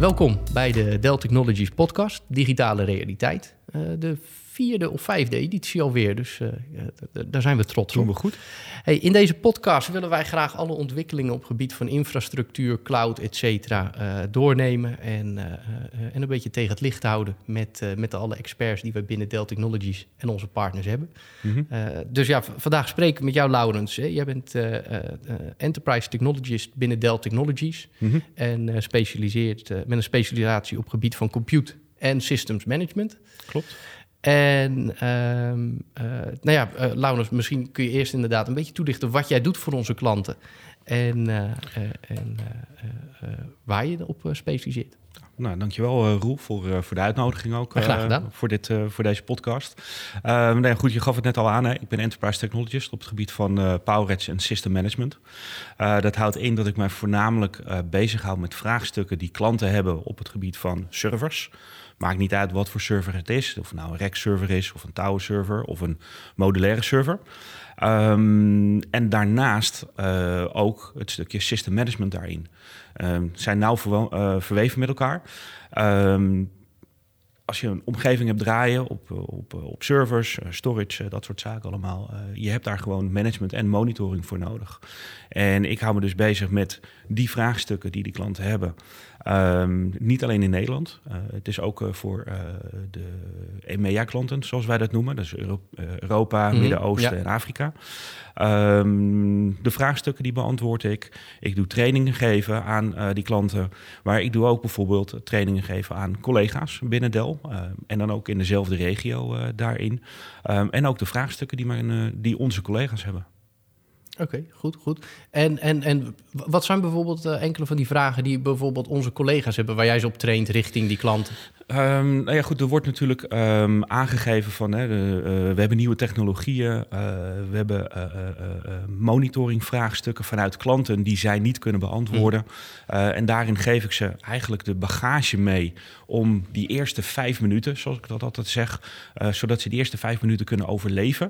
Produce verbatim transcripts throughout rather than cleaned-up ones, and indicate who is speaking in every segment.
Speaker 1: Welkom bij de Dell Technologies podcast, Digitale Realiteit. Uh, de vierde of vijfde editie alweer, dus uh, d- d- daar zijn we trots op.
Speaker 2: Doen we goed.
Speaker 1: Hey, in deze podcast willen wij graag alle ontwikkelingen op het gebied van infrastructuur, cloud, et cetera uh, doornemen en, uh, uh, en een beetje tegen het licht houden met, uh, met alle experts die we binnen Dell Technologies en onze partners hebben.
Speaker 2: Mm-hmm.
Speaker 1: Uh, dus ja, v- vandaag spreken we met jou, Laurens. Hè? Jij bent uh, uh, Enterprise Technologist binnen Dell Technologies
Speaker 2: Mm-hmm.
Speaker 1: en uh, specialiseert uh, met een specialisatie op het gebied van compute en systems management.
Speaker 2: Klopt.
Speaker 1: En uh, uh, nou ja, uh, Laurens, misschien kun je eerst inderdaad een beetje toelichten wat jij doet voor onze klanten en, uh, uh, en uh, uh, uh, waar je op uh, specialiseert.
Speaker 2: Nou, dankjewel uh, Roel voor, uh, voor de uitnodiging ook. Uh,
Speaker 1: Graag gedaan.
Speaker 2: Voor, dit, uh, voor deze podcast. Uh, nou ja, goed, je gaf het net al aan. Hè? Ik ben Enterprise Technologist op het gebied van uh, PowerEdge en System Management. Uh, dat houdt in dat ik mij voornamelijk uh, bezighoud met vraagstukken die klanten hebben op het gebied van servers. Maakt niet uit wat voor server het is. Of het nou een rack server is, of een tower server, of een modulaire server. Um, en daarnaast uh, ook het stukje system management daarin. Um, zijn nauw verwo- uh, verweven met elkaar. Um, als je een omgeving hebt draaien op, op, op servers, storage, uh, dat soort zaken allemaal. Uh, je hebt daar gewoon management en monitoring voor nodig. En ik hou me dus bezig met die vraagstukken die die klanten hebben. Um, niet alleen in Nederland. Uh, het is ook uh, voor uh, de E M E A-klanten, zoals wij dat noemen. Dus Euro- uh, Europa,
Speaker 1: Mm-hmm.
Speaker 2: Midden-Oosten
Speaker 1: Ja.
Speaker 2: en Afrika. Um, de vraagstukken die beantwoord ik. Ik doe trainingen geven aan uh, die klanten. Maar ik doe ook bijvoorbeeld trainingen geven aan collega's binnen Dell. Uh, en dan ook in dezelfde regio uh, daarin. Um, en ook de vraagstukken die, mijn, uh, die onze collega's hebben.
Speaker 1: Oké, okay, goed, goed. En, en, en wat zijn bijvoorbeeld uh, enkele van die vragen die bijvoorbeeld onze collega's hebben, waar jij ze op traint richting die klanten?
Speaker 2: Um, nou ja, goed, er wordt natuurlijk um, aangegeven van, hè, de, uh, we hebben nieuwe technologieën, uh, we hebben uh, uh, uh, monitoringvraagstukken vanuit klanten die zij niet kunnen beantwoorden. Mm. Uh, en daarin geef ik ze eigenlijk de bagage mee om die eerste vijf minuten, zoals ik dat altijd zeg, uh, zodat ze die eerste vijf minuten kunnen overleven.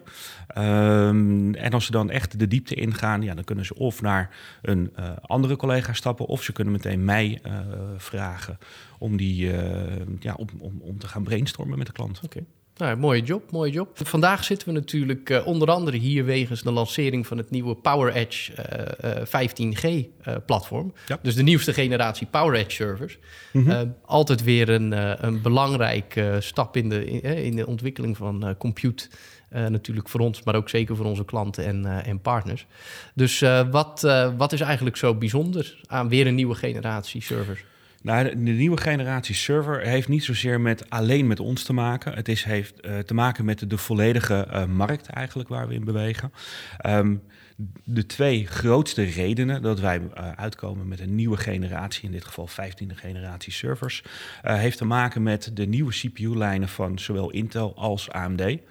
Speaker 2: Um, en als ze dan echt de diepte ingaan, ja, dan kunnen ze of naar een uh, andere collega stappen, of ze kunnen meteen mij uh, vragen om die uh, ja, om, om, om te gaan brainstormen met de klant.
Speaker 1: Oké. Okay. Nou, mooie job, mooie job. Vandaag zitten we natuurlijk uh, onder andere hier wegens de lancering van het nieuwe PowerEdge uh, uh, vijftien G uh, platform. Ja. Dus de nieuwste generatie PowerEdge servers. Mm-hmm. Uh, altijd weer een, uh, een belangrijke uh, stap in de, in, uh, in de ontwikkeling van uh, compute. Uh, natuurlijk voor ons, maar ook zeker voor onze klanten en, uh, en partners. Dus uh, wat, uh, wat is eigenlijk zo bijzonder aan weer een nieuwe generatie servers?
Speaker 2: Nou, de, de nieuwe generatie server heeft niet zozeer met alleen met ons te maken. Het is, heeft uh, te maken met de, de volledige uh, markt eigenlijk waar we in bewegen. Um, de twee grootste redenen dat wij uh, uitkomen met een nieuwe generatie, in dit geval vijftiende generatie servers, uh, heeft te maken met de nieuwe C P U-lijnen van zowel Intel als A M D.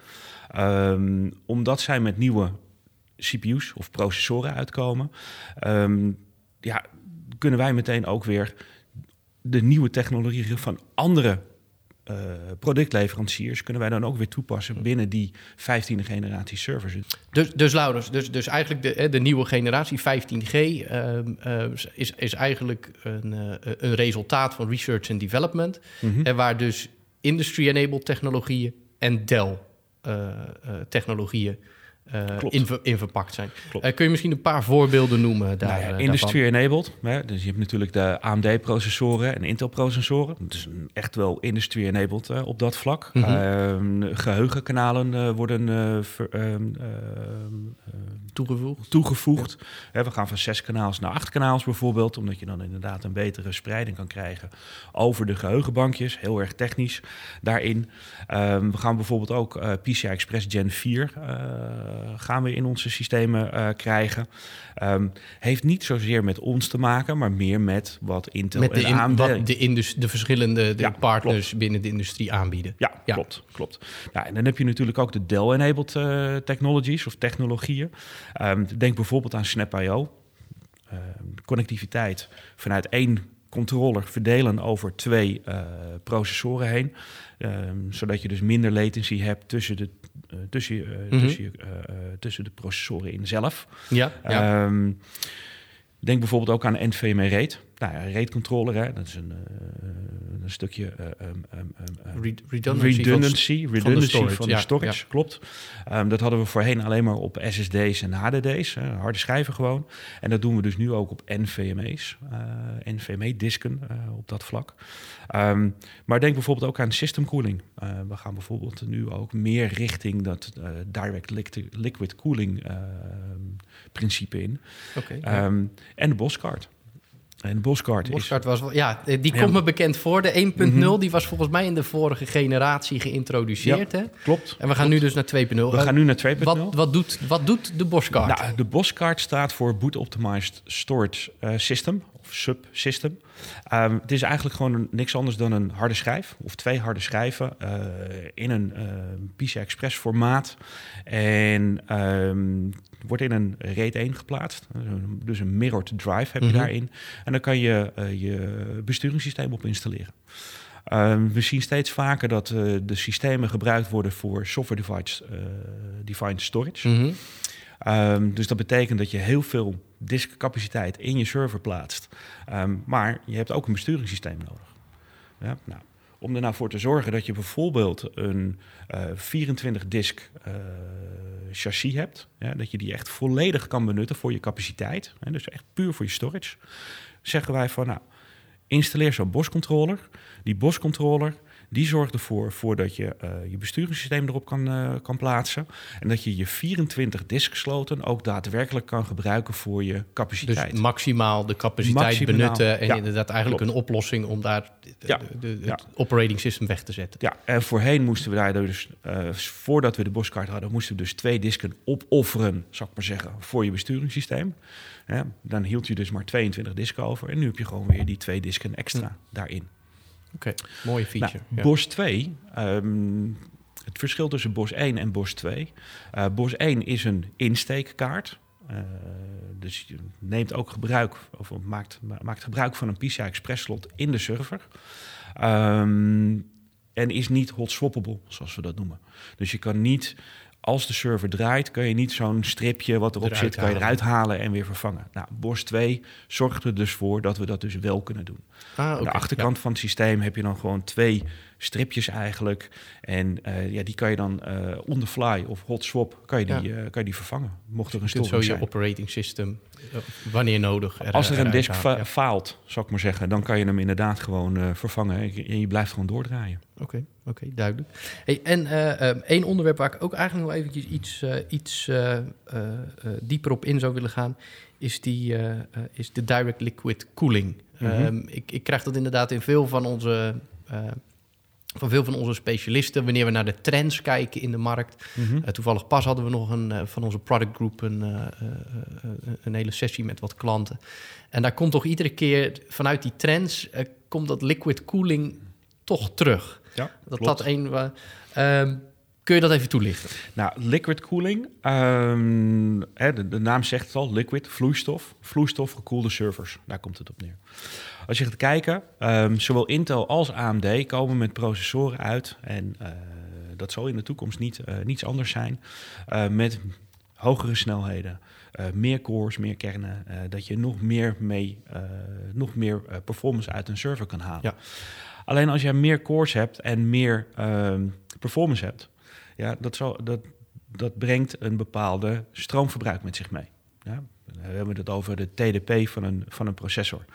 Speaker 2: Um, omdat zij met nieuwe C P U's of processoren uitkomen, um, ja, kunnen wij meteen ook weer de nieuwe technologieën van andere uh, productleveranciers kunnen wij dan ook weer toepassen binnen die vijftiende generatie servers.
Speaker 1: Dus, dus Laurens, dus, dus eigenlijk de, de nieuwe generatie vijftien G uh, uh, is, is eigenlijk een, uh, een resultaat van research and development. Mm-hmm. En waar dus industry-enabled technologieën en Dell uh, uh, technologieën Uh, in, ver, in verpakt zijn. Uh, kun je misschien een paar voorbeelden noemen daar,
Speaker 2: nou ja, industry-enabled. Hè? Dus je hebt natuurlijk de A M D-processoren en Intel-processoren. Dus echt wel industry-enabled uh, op dat vlak. Mm-hmm. Uh, geheugenkanalen uh, worden uh, ver, uh, uh, uh,
Speaker 1: toegevoegd.
Speaker 2: toegevoegd. Ja. We gaan van zes kanaals naar acht kanaals bijvoorbeeld, omdat je dan inderdaad een betere spreiding kan krijgen over de geheugenbankjes. Heel erg technisch daarin. Uh, we gaan bijvoorbeeld ook uh, P C I Express Gen vier uh, gaan we in onze systemen uh, krijgen. Um, heeft niet zozeer met ons te maken, maar meer met wat Intel
Speaker 1: met de
Speaker 2: en A M D...
Speaker 1: Wat de, indus- de verschillende de
Speaker 2: ja,
Speaker 1: partners
Speaker 2: klopt.
Speaker 1: binnen de industrie aanbieden.
Speaker 2: Ja, ja. klopt. klopt. Nou, en dan heb je natuurlijk ook de Dell-enabled uh, technologies of technologieën. Um, denk bijvoorbeeld aan Snap I O. Uh, connectiviteit vanuit één controller verdelen over twee uh, processoren heen. Um, zodat je dus minder latency hebt tussen de, uh, tussen, uh, mm-hmm. tussen, uh, uh, tussen de processoren in zelf.
Speaker 1: Ja, ja.
Speaker 2: Um, Denk bijvoorbeeld ook aan N V M e RAID. Nou ja, RAID controller, hè, dat is een, uh, een stukje uh, um, um, um,
Speaker 1: redundancy,
Speaker 2: redundancy,
Speaker 1: van,
Speaker 2: redundancy
Speaker 1: van de storage,
Speaker 2: van de storage
Speaker 1: ja, ja.
Speaker 2: klopt. Um, dat hadden we voorheen alleen maar op S S D's en H D D's, hè, harde schijven gewoon. En dat doen we dus nu ook op N V M E's, uh, N V M e-disken uh, op dat vlak. Um, maar denk bijvoorbeeld ook aan system cooling. Uh, we gaan bijvoorbeeld nu ook meer richting dat uh, direct liquid, liquid cooling uh, principe in.
Speaker 1: Okay,
Speaker 2: ja. um, en de Bosscard. En de Bosscard,
Speaker 1: Bosscard was wel, ja, die komt ja. me bekend voor. De één punt nul, mm-hmm. die was volgens mij in de vorige generatie geïntroduceerd. Ja, hè?
Speaker 2: Klopt.
Speaker 1: En we gaan
Speaker 2: klopt.
Speaker 1: nu dus naar twee punt nul.
Speaker 2: We uh, gaan nu naar twee punt nul.
Speaker 1: Wat, wat, doet, wat doet de Bosscard?
Speaker 2: Nou, de Bosscard staat voor Boot Optimized Storage uh, System, of Subsystem. Um, het is eigenlijk gewoon een, niks anders dan een harde schijf, of twee harde schijven, uh, in een uh, P C I Express formaat. En um, wordt in een RAID één geplaatst. Dus een mirrored drive heb je mm-hmm. daarin. En dan kan je uh, je besturingssysteem op installeren. Um, we zien steeds vaker dat uh, de systemen gebruikt worden voor software-defined uh, defined storage. Mm-hmm. Um, dus dat betekent dat je heel veel diskcapaciteit in je server plaatst. Um, maar je hebt ook een besturingssysteem nodig. Ja, nou, om er nou voor te zorgen dat je bijvoorbeeld een uh, vierentwintig disk uh, chassis hebt. Ja, dat je die echt volledig kan benutten voor je capaciteit. Hè, dus echt puur voor je storage. Zeggen wij van, nou, installeer zo'n Boss-controller. Die Boss-controller, die zorgt ervoor, voor dat je uh, je besturingssysteem erop kan, uh, kan plaatsen. En dat je je vierentwintig disksloten ook daadwerkelijk kan gebruiken voor je capaciteit.
Speaker 1: Dus maximaal de capaciteit maximaal, benutten. En ja, inderdaad eigenlijk klopt. Een oplossing om daar de, ja, de, de, ja. het operating system weg te zetten.
Speaker 2: Ja, en voorheen moesten we daar dus, uh, voordat we de Bosscard hadden, moesten we dus twee disken opofferen, zou ik maar zeggen, voor je besturingssysteem. Ja, dan hield je dus maar tweeëntwintig disken over. En nu heb je gewoon weer die twee disken extra hm. daarin.
Speaker 1: Oké, okay, mooie feature.
Speaker 2: Nou, ja. Boss twee, um, het verschil tussen Boss één en Boss twee. Uh, Boss één is een insteekkaart. Uh, dus je neemt ook gebruik, of maakt, maakt gebruik van een P C I Express slot in de server. Um, en is niet hot swappable, zoals we dat noemen. Dus je kan niet, als de server draait, kan je niet zo'n stripje wat erop eruit zit, kan je eruit halen en weer vervangen. Nou, Boss twee zorgt er dus voor dat we dat dus wel kunnen doen. Ah, okay. Aan de achterkant ja. van het systeem heb je dan gewoon twee stripjes eigenlijk. En uh, ja, die kan je dan uh, on the fly of hot swap kan je die, ja. uh, kan je die vervangen. Mocht er een storing zijn.
Speaker 1: Zo je operating system, uh, wanneer nodig.
Speaker 2: Er, Als er een disk fa- ja. faalt, zou ik maar zeggen, dan kan je hem inderdaad gewoon uh, vervangen. En je blijft gewoon doordraaien.
Speaker 1: Oké, okay, okay, duidelijk. Hey, en uh, um, één onderwerp waar ik ook eigenlijk nog eventjes iets, uh, iets uh, uh, uh, dieper op in zou willen gaan, is, die, uh, uh, is de direct liquid cooling. Mm-hmm. Um, ik, ik krijg dat inderdaad in veel van onze, uh, van veel van onze specialisten, wanneer we naar de trends kijken in de markt. Mm-hmm. Uh, toevallig pas hadden we nog een, uh, van onze product group een, uh, uh, uh, een hele sessie met wat klanten. En daar komt toch iedere keer vanuit die trends, uh, komt dat liquid cooling toch terug.
Speaker 2: Ja,
Speaker 1: dat klopt. Dat een... Uh, um, Kun je dat even toelichten?
Speaker 2: Nou, liquid cooling, um, hè, de, de naam zegt het al, liquid, vloeistof. Vloeistof gekoelde servers, daar komt het op neer. Als je gaat kijken, um, zowel Intel als A M D komen met processoren uit. En uh, dat zal in de toekomst niet, uh, niets anders zijn. Uh, met hogere snelheden, uh, meer cores, meer kernen. Uh, dat je nog meer, mee, uh, nog meer uh, performance uit een server kan halen. Ja. Alleen als je meer cores hebt en meer uh, performance hebt, ja, dat, zal, dat, dat brengt een bepaalde stroomverbruik met zich mee. Ja, we hebben het over de T D P van een, van een processor.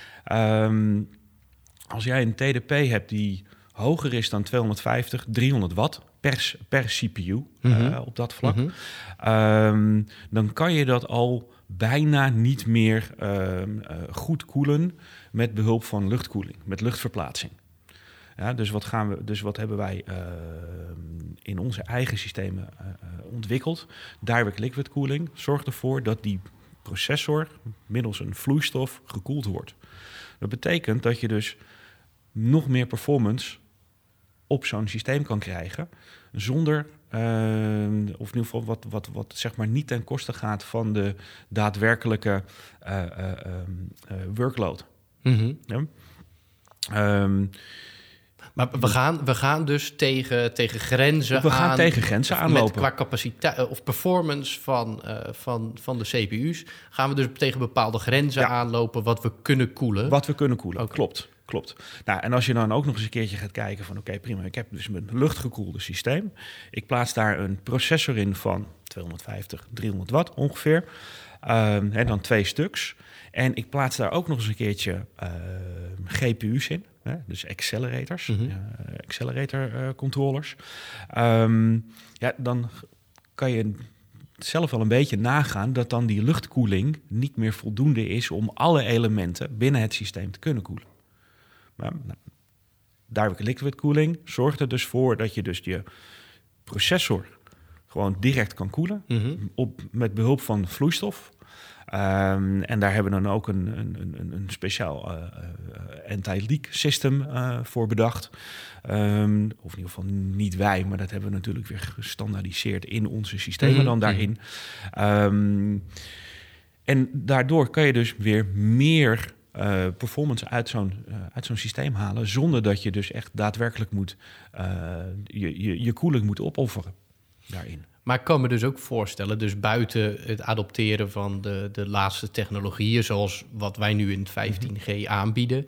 Speaker 2: Um, als jij een T D P hebt die hoger is dan tweehonderdvijftig, driehonderd watt per, per C P U mm-hmm. uh, op dat vlak, mm-hmm. um, dan kan je dat al bijna niet meer uh, uh, goed koelen met behulp van luchtkoeling, met luchtverplaatsing. Ja, dus, wat gaan we, dus wat hebben wij uh, in onze eigen systemen uh, ontwikkeld? Direct liquid cooling zorgt ervoor dat die processor middels een vloeistof gekoeld wordt. Dat betekent dat je dus nog meer performance op zo'n systeem kan krijgen, zonder, uh, of in ieder geval wat, wat, wat zeg maar niet ten koste gaat van de daadwerkelijke uh, uh, uh, workload. Mm-hmm. Ja? Um,
Speaker 1: Maar we gaan, we gaan dus tegen, tegen grenzen
Speaker 2: we
Speaker 1: aan...
Speaker 2: We gaan tegen grenzen aanlopen.
Speaker 1: Met, qua capaciteit of performance van, uh, van, van de C P U's... gaan we dus tegen bepaalde grenzen ja. aanlopen wat we kunnen koelen.
Speaker 2: Wat we kunnen koelen, okay. klopt. Klopt. Nou, en als je dan ook nog eens een keertje gaat kijken van... oké, okay, prima, ik heb dus mijn luchtgekoelde systeem. Ik plaats daar een processor in van tweehonderdvijftig, driehonderd watt ongeveer. Um, en dan twee stuks. En ik plaats daar ook nog eens een keertje uh, G P U's in. Hè? Dus accelerators, mm-hmm. uh, accelerator uh, controllers. Um, ja, dan kan je zelf wel een beetje nagaan... dat dan die luchtkoeling niet meer voldoende is... om alle elementen binnen het systeem te kunnen koelen. Maar, nou, direct liquid cooling zorgt er dus voor dat je dus je processor gewoon direct kan koelen mm-hmm. op, met behulp van vloeistof. Um, en daar hebben we dan ook een, een, een, een speciaal uh, uh, anti-leak system uh, voor bedacht. Um, of in ieder geval niet wij, maar dat hebben we natuurlijk weer gestandaardiseerd in onze systemen mm-hmm. dan daarin. Um, en daardoor kan je dus weer meer... Uh, performance uit zo'n, uh, uit zo'n systeem halen... zonder dat je dus echt daadwerkelijk moet, uh, je, je, je koeling moet opofferen daarin.
Speaker 1: Maar ik kan me dus ook voorstellen... dus buiten het adopteren van de, de laatste technologieën... zoals wat wij nu in vijftien G mm-hmm. aanbieden...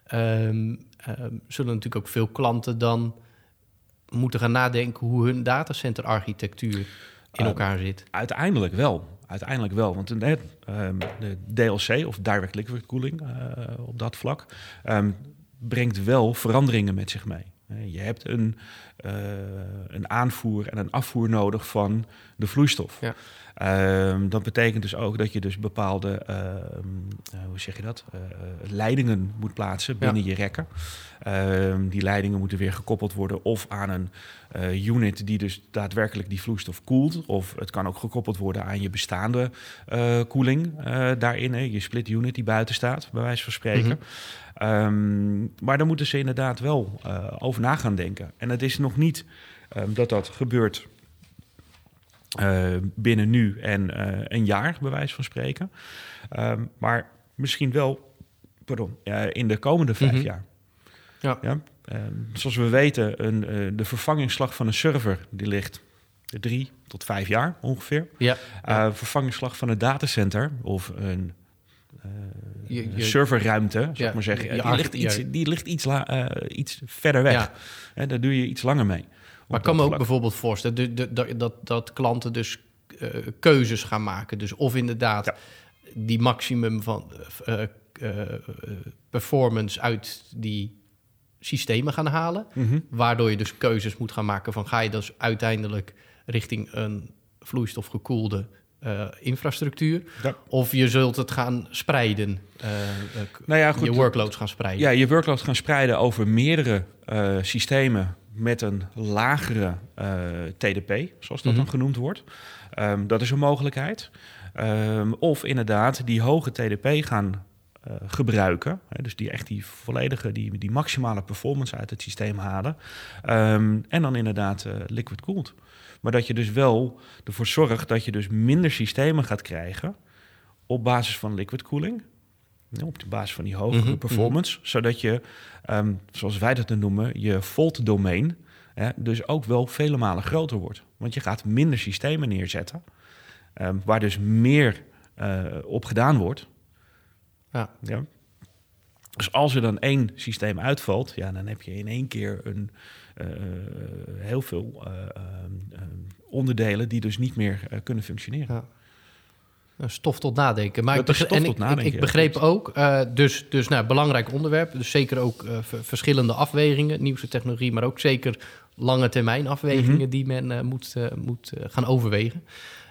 Speaker 1: Um, um, zullen natuurlijk ook veel klanten dan moeten gaan nadenken... hoe hun datacenterarchitectuur in uh, elkaar zit.
Speaker 2: Uiteindelijk wel. Uiteindelijk wel, want de, um, de D L C, of Direct Liquid Cooling, uh, op dat vlak... Um, brengt wel veranderingen met zich mee. Uh, je hebt een, uh, een aanvoer en een afvoer nodig van de vloeistof. Ja. Um, dat betekent dus ook dat je dus bepaalde, uh, uh, hoe zeg je dat, uh, leidingen moet plaatsen binnen ja. je rekken. Um, die leidingen moeten weer gekoppeld worden of aan een uh, unit die dus daadwerkelijk die vloeistof koelt. Of het kan ook gekoppeld worden aan je bestaande uh, koeling uh, daarin. Hè, je split unit die buiten staat, bij wijze van spreken. Mm-hmm. Um, maar daar moeten ze inderdaad wel uh, over na gaan denken. En het is nog niet um, dat dat gebeurt... Uh, binnen nu en uh, een jaar, bij wijze van spreken. Um, maar misschien wel pardon, uh, in de komende vijf mm-hmm. jaar. Ja. Ja? Um, zoals we weten, een, uh, de vervangingsslag van een server... die ligt drie tot vijf jaar ongeveer. Ja. Ja. Uh, vervangingsslag van een datacenter of een... Uh, je, je, serverruimte, zou ja, ik maar zeggen. Je, die, ligt iets, ja. die ligt iets, la, uh, iets verder weg. Ja. En daar doe je iets langer mee.
Speaker 1: Maar ik kan me ook bijvoorbeeld voorstellen de, de, de, dat, dat klanten dus uh, keuzes gaan maken. Dus of inderdaad ja. die maximum van uh, uh, performance uit die systemen gaan halen. Mm-hmm. Waardoor je dus keuzes moet gaan maken van... ga je dus uiteindelijk richting een vloeistofgekoelde uh, infrastructuur... Ja. of je zult het gaan spreiden, uh, nou ja, goed, je workloads gaan spreiden.
Speaker 2: Ja, je workloads gaan spreiden over meerdere uh, systemen... met een lagere uh, T D P, zoals dat mm-hmm. dan genoemd wordt. Um, dat is een mogelijkheid. Um, of inderdaad die hoge T D P gaan uh, gebruiken. Hè, dus die echt die volledige, die, die maximale performance uit het systeem halen. Um, en dan inderdaad uh, liquid cooled. Maar dat je dus wel ervoor zorgt dat je dus minder systemen gaat krijgen... op basis van liquid cooling... op de basis van die hogere mm-hmm, performance, mm-hmm. zodat je, um, zoals wij dat noemen, je fault domein, hè, dus ook wel vele malen groter wordt. Want je gaat minder systemen neerzetten, um, waar dus meer uh, op gedaan wordt. Ja. Ja. Dus als er dan één systeem uitvalt, ja, dan heb je in één keer een, uh, heel veel uh, uh, onderdelen die dus niet meer uh, kunnen functioneren. Ja.
Speaker 1: Stof tot nadenken. Maar
Speaker 2: dat
Speaker 1: ik,
Speaker 2: is stof
Speaker 1: en
Speaker 2: tot
Speaker 1: ik,
Speaker 2: nadenken,
Speaker 1: ik, ik begreep ja, ook, uh, dus, dus nou, belangrijk onderwerp. Dus zeker ook uh, v- verschillende afwegingen, nieuwste technologie, maar ook zeker lange termijn afwegingen mm-hmm. die men uh, moet, uh, moet uh, gaan overwegen.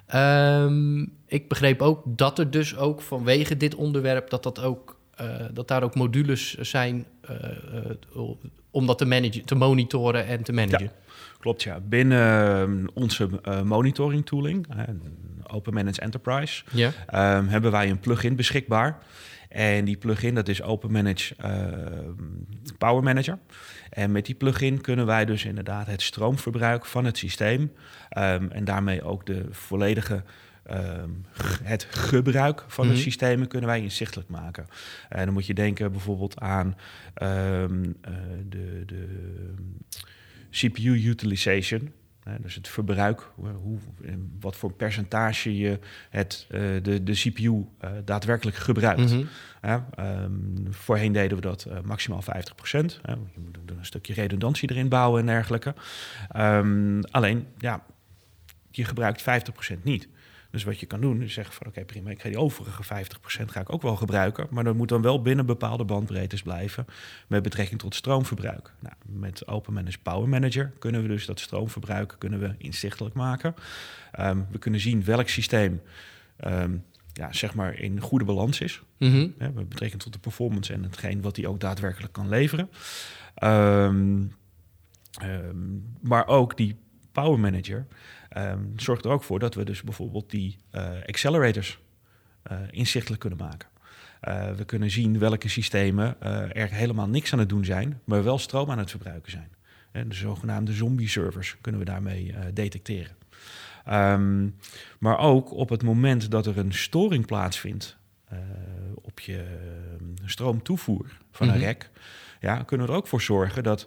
Speaker 1: Um, ik begreep ook dat er dus ook vanwege dit onderwerp, dat, dat, ook, uh, dat daar ook modules zijn uh, uh, om dat te managen, te monitoren en te managen.
Speaker 2: Ja. Klopt, ja. Binnen uh, onze uh, monitoring tooling, uh, Open Managed Enterprise, ja. um, hebben wij een plugin beschikbaar. En die plugin, dat is Open Managed uh, Power Manager. En met die plugin kunnen wij dus inderdaad het stroomverbruik van het systeem... Um, en daarmee ook de volledige Um, het gebruik van
Speaker 1: Mm-hmm.
Speaker 2: de systemen kunnen wij inzichtelijk maken. En dan moet je denken bijvoorbeeld aan um, uh, de, de C P U utilization. Uh, dus het verbruik, hoe, wat voor percentage je het, uh, de, de C P U uh, daadwerkelijk gebruikt.
Speaker 1: Mm-hmm.
Speaker 2: Uh, um, voorheen deden we dat uh, maximaal vijftig procent. Uh, je moet een stukje redundantie erin bouwen en dergelijke. Um, alleen, ja, je gebruikt vijftig procent niet. Dus wat je kan doen is zeggen van oké, okay, prima, ik ga die overige vijftig procent ga ik ook wel gebruiken, maar dat moet dan wel binnen bepaalde bandbreedtes blijven met betrekking tot stroomverbruik. Nou, met Open Managed Power Manager kunnen we dus dat stroomverbruik kunnen we inzichtelijk maken. Um, we kunnen zien welk systeem um, ja, zeg maar in goede balans is.
Speaker 1: Mm-hmm.
Speaker 2: Hè, met betrekking tot de performance en hetgeen wat die ook daadwerkelijk kan leveren. Um, um, maar ook die Power Manager Um, zorgt er ook voor dat we dus bijvoorbeeld die uh, accelerators uh, inzichtelijk kunnen maken. Uh, we kunnen zien welke systemen uh, er helemaal niks aan het doen zijn, maar wel stroom aan het verbruiken zijn. En de zogenaamde zombie-servers kunnen we daarmee uh, detecteren. Um, maar ook op het moment dat er een storing plaatsvindt uh, op je stroomtoevoer van mm-hmm. een rack, ja, kunnen we er ook voor zorgen dat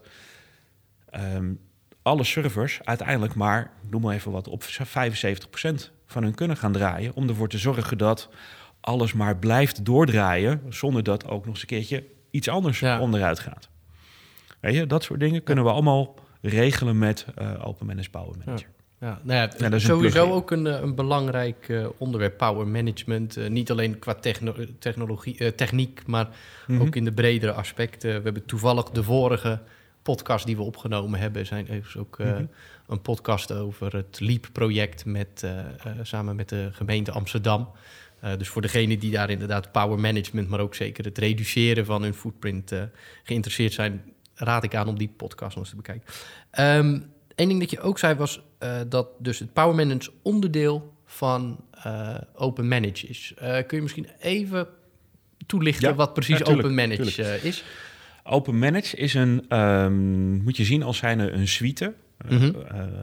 Speaker 2: Um, alle servers uiteindelijk maar, noem maar even wat, op vijfenzeventig procent van hun kunnen gaan draaien, om ervoor te zorgen dat alles maar blijft doordraaien, zonder dat ook nog eens een keertje iets anders ja. onderuit gaat. Weet je, dat soort dingen kunnen we allemaal regelen met uh, Open Managed Power Manager.
Speaker 1: Ja. Ja, nou ja, ja, dat is sowieso een ook een, een belangrijk uh, onderwerp, power management. Uh, niet alleen qua techno- technologie, uh, techniek, maar mm-hmm. ook in de bredere aspecten. We hebben toevallig de vorige podcast die we opgenomen hebben, zijn is ook uh, mm-hmm. een podcast over het LEAP-project met, uh, uh, samen met de gemeente Amsterdam. Uh, dus voor degenen die daar inderdaad power management, maar ook zeker het reduceren van hun footprint uh, geïnteresseerd zijn, raad ik aan om die podcast nog eens te bekijken. Um, Eén ding dat je ook zei was uh, dat dus het power management onderdeel van uh, Open Manage is. Uh, kun je misschien even toelichten ja, wat precies ja, tuurlijk, Open Manage uh, is?
Speaker 2: Open Manage is een, um, moet je zien als zijnde een suite mm-hmm. uh, uh,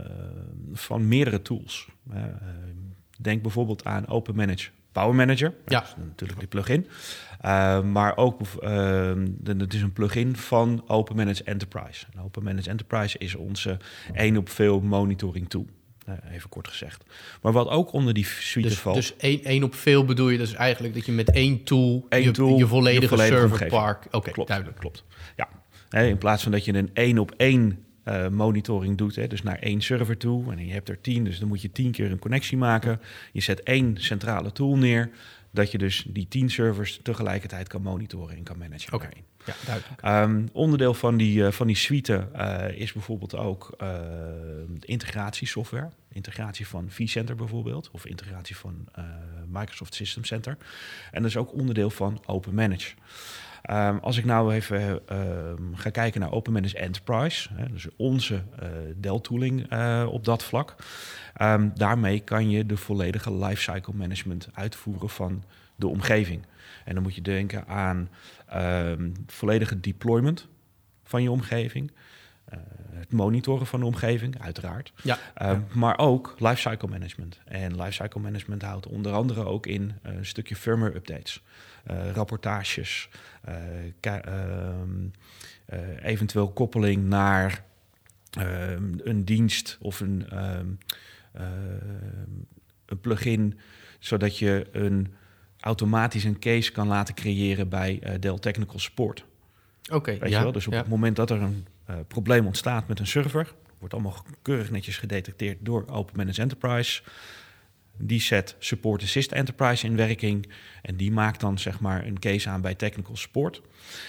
Speaker 2: van meerdere tools. Uh, denk bijvoorbeeld aan Open Manage Power Manager.
Speaker 1: Ja.
Speaker 2: Dat is natuurlijk die plugin. Uh, maar ook, uh, het is een plugin van Open Manage Enterprise. En Open Manage Enterprise is onze één op veel monitoring tool. Uh, even kort gezegd. Maar wat ook onder die suite
Speaker 1: dus,
Speaker 2: valt.
Speaker 1: Dus één, één op veel bedoel je dus eigenlijk dat je met één tool,
Speaker 2: één
Speaker 1: je,
Speaker 2: tool
Speaker 1: je volledige,
Speaker 2: je volledige
Speaker 1: serverpark. Oké, okay,
Speaker 2: klopt,
Speaker 1: duidelijk.
Speaker 2: Klopt. Ja. In plaats van dat je een één op één uh, monitoring doet, hè, dus naar één server toe. En je hebt er tien, dus dan moet je tien keer een connectie maken. Je zet één centrale tool neer, dat je dus die tien servers tegelijkertijd kan monitoren en kan managen.
Speaker 1: Oké, okay. Ja, duidelijk.
Speaker 2: Um, onderdeel van die, uh, van die suite uh, is bijvoorbeeld ook uh, integratiesoftware. Integratie van vCenter bijvoorbeeld, of integratie van uh, Microsoft System Center. En dat is ook onderdeel van Open Manage. Um, als ik nou even uh, ga kijken naar Open Manage Enterprise, hè, dus onze uh, Dell-tooling uh, op dat vlak. Um, daarmee kan je de volledige lifecycle management uitvoeren van de omgeving. En dan moet je denken aan um, volledige deployment van je omgeving. Uh, het monitoren van de omgeving, uiteraard.
Speaker 1: Ja.
Speaker 2: Um, maar ook lifecycle management. En lifecycle management houdt onder andere ook in uh, een stukje firmware updates, uh, rapportages, uh, ka- um, uh, eventueel koppeling naar um, een dienst of een, um, uh, een plugin, zodat je een automatisch een case kan laten creëren bij uh, Dell Technical Support.
Speaker 1: Oké, okay,
Speaker 2: Weet
Speaker 1: ja,
Speaker 2: je wel? Dus op
Speaker 1: ja.
Speaker 2: het moment dat er een uh, probleem ontstaat met een server, wordt allemaal keurig netjes gedetecteerd door Open Managed Enterprise. Die zet Support Assist Enterprise in werking en die maakt dan zeg maar een case aan bij Technical Support.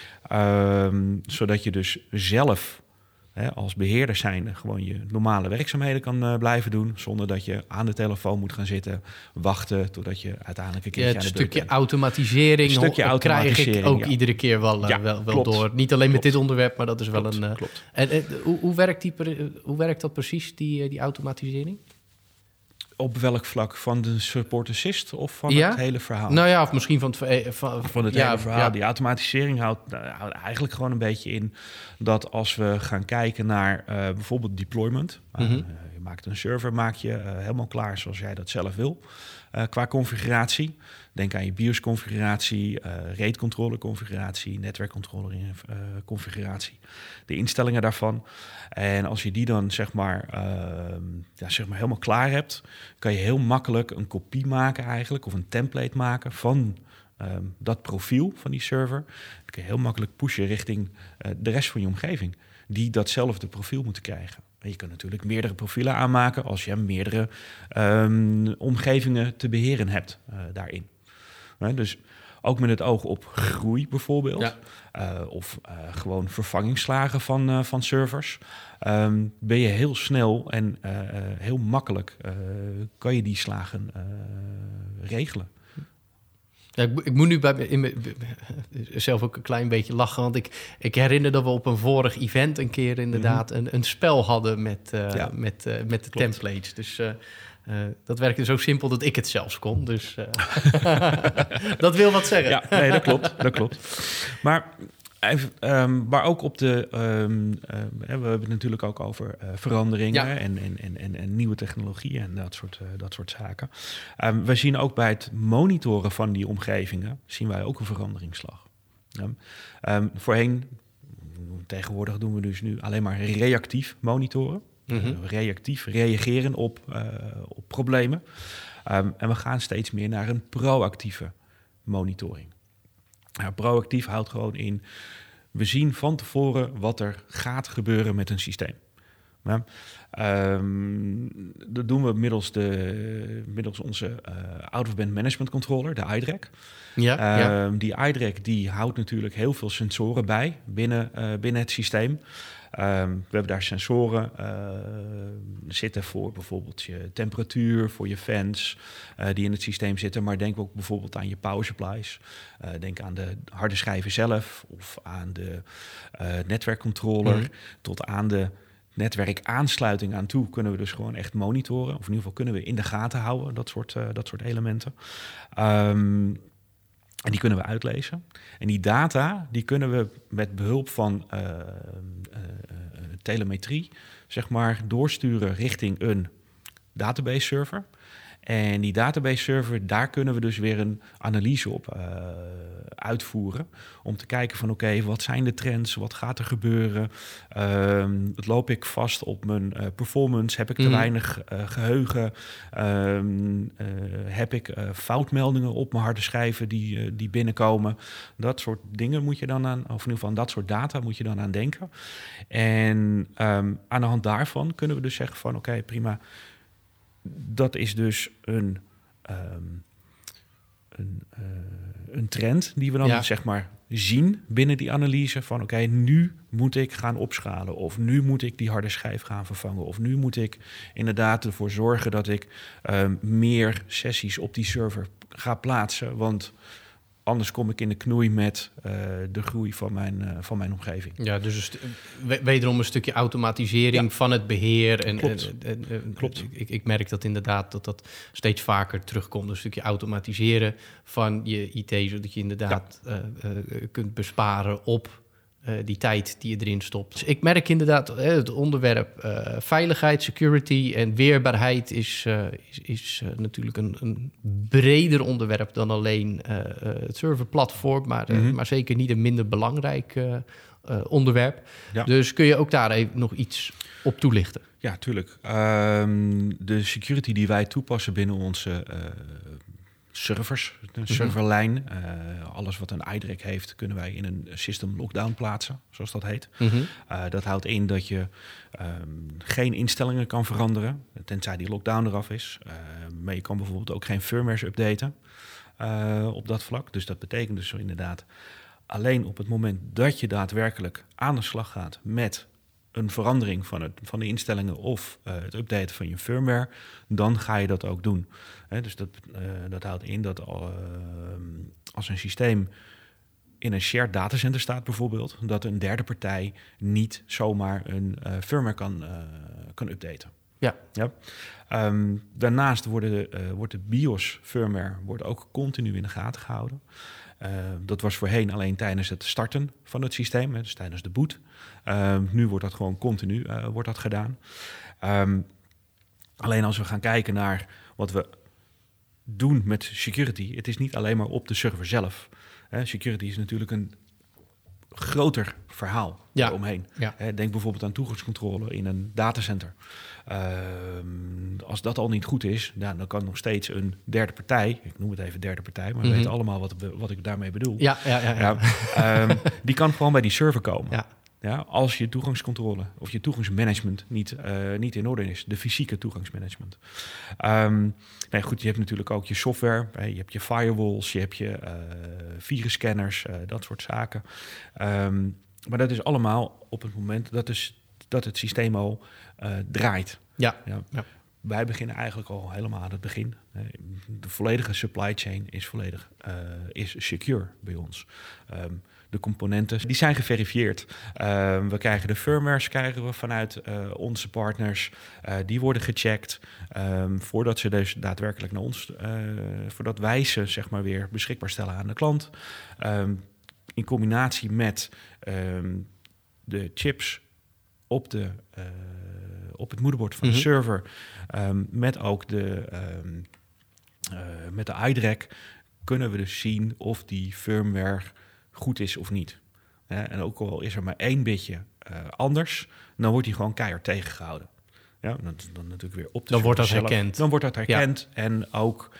Speaker 2: Um, zodat je dus zelf hè, als beheerder zijnde gewoon je normale werkzaamheden kan uh, blijven doen, zonder dat je aan de telefoon moet gaan zitten, wachten totdat je uiteindelijk een keertje
Speaker 1: ja,
Speaker 2: aan de
Speaker 1: het
Speaker 2: beurt
Speaker 1: stukje
Speaker 2: bent.
Speaker 1: automatisering,
Speaker 2: Een stukje automatisering
Speaker 1: krijg ik ook
Speaker 2: ja.
Speaker 1: iedere keer wel, uh,
Speaker 2: ja,
Speaker 1: wel, wel
Speaker 2: klopt,
Speaker 1: door. Niet alleen
Speaker 2: klopt.
Speaker 1: met dit onderwerp, maar dat is
Speaker 2: Klopt,
Speaker 1: wel een... Uh,
Speaker 2: klopt.
Speaker 1: En, en hoe, hoe, werkt die, hoe werkt dat precies, die, die automatisering?
Speaker 2: Op welk vlak? Van de Support Assist of van
Speaker 1: ja?
Speaker 2: het hele verhaal?
Speaker 1: Nou ja, of misschien van het, van,
Speaker 2: van het
Speaker 1: ja,
Speaker 2: hele verhaal.
Speaker 1: Ja.
Speaker 2: Die automatisering houdt, nou, houdt eigenlijk gewoon een beetje in dat als we gaan kijken naar uh, bijvoorbeeld deployment. Mm-hmm. Uh, je maakt een server, maak je uh, helemaal klaar zoals jij dat zelf wil. uh, qua configuratie. Denk aan je BIOS-configuratie, uh, RAID-controller-configuratie, netwerkcontroller-configuratie. De instellingen daarvan. En als je die dan zeg maar, uh, ja, zeg maar helemaal klaar hebt, kan je heel makkelijk een kopie maken eigenlijk, of een template maken van um, dat profiel van die server. Dan kun je heel makkelijk pushen richting uh, de rest van je omgeving, die datzelfde profiel moeten krijgen. Je kunt natuurlijk meerdere profielen aanmaken als je meerdere um, omgevingen te beheren hebt uh, daarin. Uh, dus ook met het oog op groei bijvoorbeeld. Ja. Uh, of uh, gewoon vervangingsslagen van, uh, van servers. Um, ben je heel snel en uh, uh, heel makkelijk uh, kan je die slagen uh, regelen.
Speaker 1: Ja, ik, ik moet nu bij me, in me, zelf ook een klein beetje lachen. Want ik, ik herinner dat we op een vorig event een keer inderdaad mm-hmm. een, een spel hadden met, uh, ja. met, uh, met de Klopt. templates. Dus uh, uh, dat werkte zo simpel dat ik het zelfs kon. Dus uh, dat wil wat zeggen.
Speaker 2: Ja, nee, dat klopt. Dat klopt. Maar... Even, um, maar ook op de... Um, uh, we hebben het natuurlijk ook over uh, veranderingen ja. en, en, en, en nieuwe technologieën en dat soort, uh, dat soort zaken. Um, we zien ook bij het monitoren van die omgevingen, zien wij ook een veranderingsslag. Um, um, voorheen, tegenwoordig doen we dus nu alleen maar reactief monitoren. Mm-hmm. Uh, reactief reageren op, uh, op problemen. Um, en we gaan steeds meer naar een proactieve monitoring. Nou, proactief houdt gewoon in, we zien van tevoren wat er gaat gebeuren met een systeem. Ja, um, dat doen we middels, de, middels onze uh, out-of-band management controller, de I D R E C. Ja, um, ja. Die I D R E C die houdt natuurlijk heel veel sensoren bij binnen, uh, binnen het systeem. Um, we hebben daar sensoren uh, zitten voor bijvoorbeeld je temperatuur, voor je fans uh, die in het systeem zitten. Maar denk ook bijvoorbeeld aan je power supplies. Uh, denk aan de harde schijven zelf of aan de uh, netwerkcontroller mm-hmm. tot aan de netwerkaansluiting aan toe kunnen we dus gewoon echt monitoren. Of in ieder geval kunnen we in de gaten houden, dat soort, uh, dat soort elementen. Um, En die kunnen we uitlezen. En die data, die kunnen we met behulp van uh, uh, uh, telemetrie, zeg maar, doorsturen richting een database server. En die database server, daar kunnen we dus weer een analyse op uh, uitvoeren. Om te kijken van oké, okay, wat zijn de trends? Wat gaat er gebeuren? Uh, loop ik vast op mijn uh, performance? Heb ik te mm. weinig uh, geheugen? Uh, uh, heb ik uh, foutmeldingen op mijn harde schijven die, uh, die binnenkomen? Dat soort dingen moet je dan aan, of in ieder geval dat soort data moet je dan aan denken. En um, aan de hand daarvan kunnen we dus zeggen van oké, okay, prima. Dat is dus een, um, een, uh, een trend die we dan ja. zeg maar zien binnen die analyse van oké, okay, nu moet ik gaan opschalen of nu moet ik die harde schijf gaan vervangen of nu moet ik inderdaad ervoor zorgen dat ik um, meer sessies op die server ga plaatsen, want anders kom ik in de knoei met uh, de groei van mijn, uh, van mijn omgeving.
Speaker 1: Ja, dus een st- wederom een stukje automatisering ja. van het beheer. En,
Speaker 2: Klopt.
Speaker 1: En, en, en, Klopt. Ik, ik merk dat inderdaad dat dat steeds vaker terugkomt. Een stukje automatiseren van je I T, zodat je inderdaad ja. uh, uh, kunt besparen op Uh, die tijd die je erin stopt. Dus ik merk inderdaad, uh, het onderwerp uh, veiligheid, security en weerbaarheid is, uh, is, is uh, natuurlijk een, een breder onderwerp dan alleen uh, uh, het serverplatform, maar, uh, mm-hmm. maar zeker niet een minder belangrijk uh, uh, onderwerp. Ja. Dus kun je ook daar even nog iets op toelichten?
Speaker 2: Ja, tuurlijk. Um, de security die wij toepassen binnen onze uh, servers, een serverlijn. Uh, alles wat een I D R E C heeft, kunnen wij in een system lockdown plaatsen, zoals dat heet. Mm-hmm. Uh, dat houdt in dat je um, geen instellingen kan veranderen, tenzij die lockdown eraf is. Uh, maar je kan bijvoorbeeld ook geen firmwares updaten uh, op dat vlak. Dus dat betekent dus inderdaad alleen op het moment dat je daadwerkelijk aan de slag gaat met een verandering van, het, van de instellingen of uh, het updaten van je firmware, dan ga je dat ook doen. He, dus dat, uh, dat houdt in dat uh, als een systeem in een shared datacenter staat bijvoorbeeld, dat een derde partij niet zomaar een uh, firmware kan, uh, kan updaten.
Speaker 1: Ja.
Speaker 2: Ja. Um, daarnaast worden de, uh, wordt de BIOS firmware wordt ook continu in de gaten gehouden. Uh, dat was voorheen alleen tijdens het starten van het systeem, hè, dus tijdens de boot. Uh, nu wordt dat gewoon continu uh, wordt dat gedaan. Um, alleen als we gaan kijken naar wat we doen met security. Het is niet alleen maar op de server zelf. Hè, security is natuurlijk een groter verhaal
Speaker 1: ja.
Speaker 2: omheen.
Speaker 1: Ja.
Speaker 2: Hè, denk bijvoorbeeld aan toegangscontrole in een datacenter. Uh, als dat al niet goed is, nou, dan kan nog steeds een derde partij, ik noem het even derde partij, maar we mm-hmm. weten allemaal wat, wat ik daarmee bedoel.
Speaker 1: Ja, ja, ja, ja.
Speaker 2: ja um, die kan gewoon bij die server komen.
Speaker 1: Ja.
Speaker 2: Ja, als je toegangscontrole of je toegangsmanagement niet, uh, niet in orde is. De fysieke toegangsmanagement. Um, nee, goed, je hebt natuurlijk ook je software. Hè, je hebt je firewalls, je hebt je uh, virusscanners, uh, dat soort zaken. Um, maar dat is allemaal op het moment dat, is, dat het systeem al uh, draait.
Speaker 1: Ja. Ja. ja.
Speaker 2: Wij beginnen eigenlijk al helemaal aan het begin. De volledige supply chain is volledig uh, is secure bij ons. Um, De componenten die zijn geverifieerd. Uh, we krijgen de firmwares krijgen we vanuit uh, onze partners. Uh, die worden gecheckt um, voordat ze dus daadwerkelijk naar ons, uh, voordat wij ze zeg maar weer beschikbaar stellen aan de klant. Um, in combinatie met um, de chips op de uh, op het moederbord van mm-hmm. de server, um, met ook de um, uh, met de iDRAC kunnen we dus zien of die firmware goed is of niet. Ja, en ook al is er maar één bitje uh, anders, dan wordt die gewoon keihard tegengehouden. Ja, dan, dan natuurlijk weer op de
Speaker 1: Dan wordt dat
Speaker 2: zelf.
Speaker 1: herkend.
Speaker 2: Dan wordt dat herkend. Ja. En ook,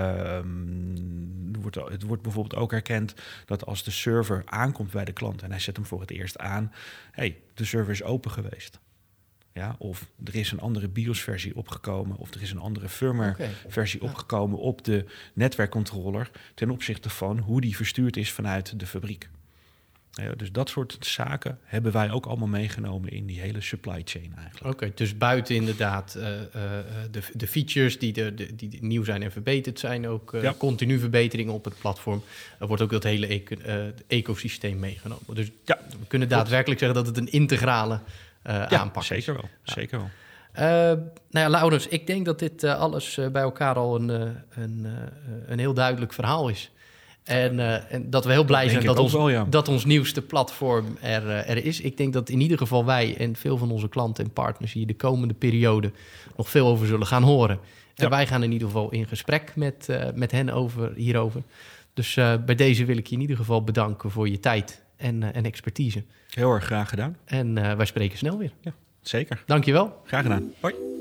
Speaker 2: um, wordt, het wordt bijvoorbeeld ook herkend dat als de server aankomt bij de klant en hij zet hem voor het eerst aan, hey, de server is open geweest. Ja, of er is een andere BIOS-versie opgekomen, of er is een andere firmware-versie okay. opgekomen op de netwerkcontroller ten opzichte van hoe die verstuurd is vanuit de fabriek. Ja, dus dat soort zaken hebben wij ook allemaal meegenomen in die hele supply chain eigenlijk.
Speaker 1: Oké, okay, dus buiten inderdaad uh, uh, de, de features die, de, de, die nieuw zijn en verbeterd zijn, ook uh, ja. continu verbeteringen op het platform, er wordt ook dat hele eco, uh, ecosysteem meegenomen. Dus ja, we kunnen daadwerkelijk zeggen dat het een integrale Uh,
Speaker 2: ja,
Speaker 1: aanpak.
Speaker 2: Zeker wel, ja. zeker wel.
Speaker 1: Uh, nou ja, Laurens, ik denk dat dit uh, alles uh, bij elkaar al een, uh, een, uh, een heel duidelijk verhaal is. En, uh, en dat we heel blij dat zijn dat ons, wel, ja. dat ons nieuwste platform er, uh, er is. Ik denk dat in ieder geval wij en veel van onze klanten en partners hier de komende periode nog veel over zullen gaan horen. En ja. wij gaan in ieder geval in gesprek met, uh, met hen over, hierover. Dus uh, bij deze wil ik je in ieder geval bedanken voor je tijd en, uh, en expertise.
Speaker 2: Heel erg graag gedaan.
Speaker 1: En uh, wij spreken snel weer.
Speaker 2: Ja, zeker.
Speaker 1: Dank je wel.
Speaker 2: Graag gedaan. Hoi.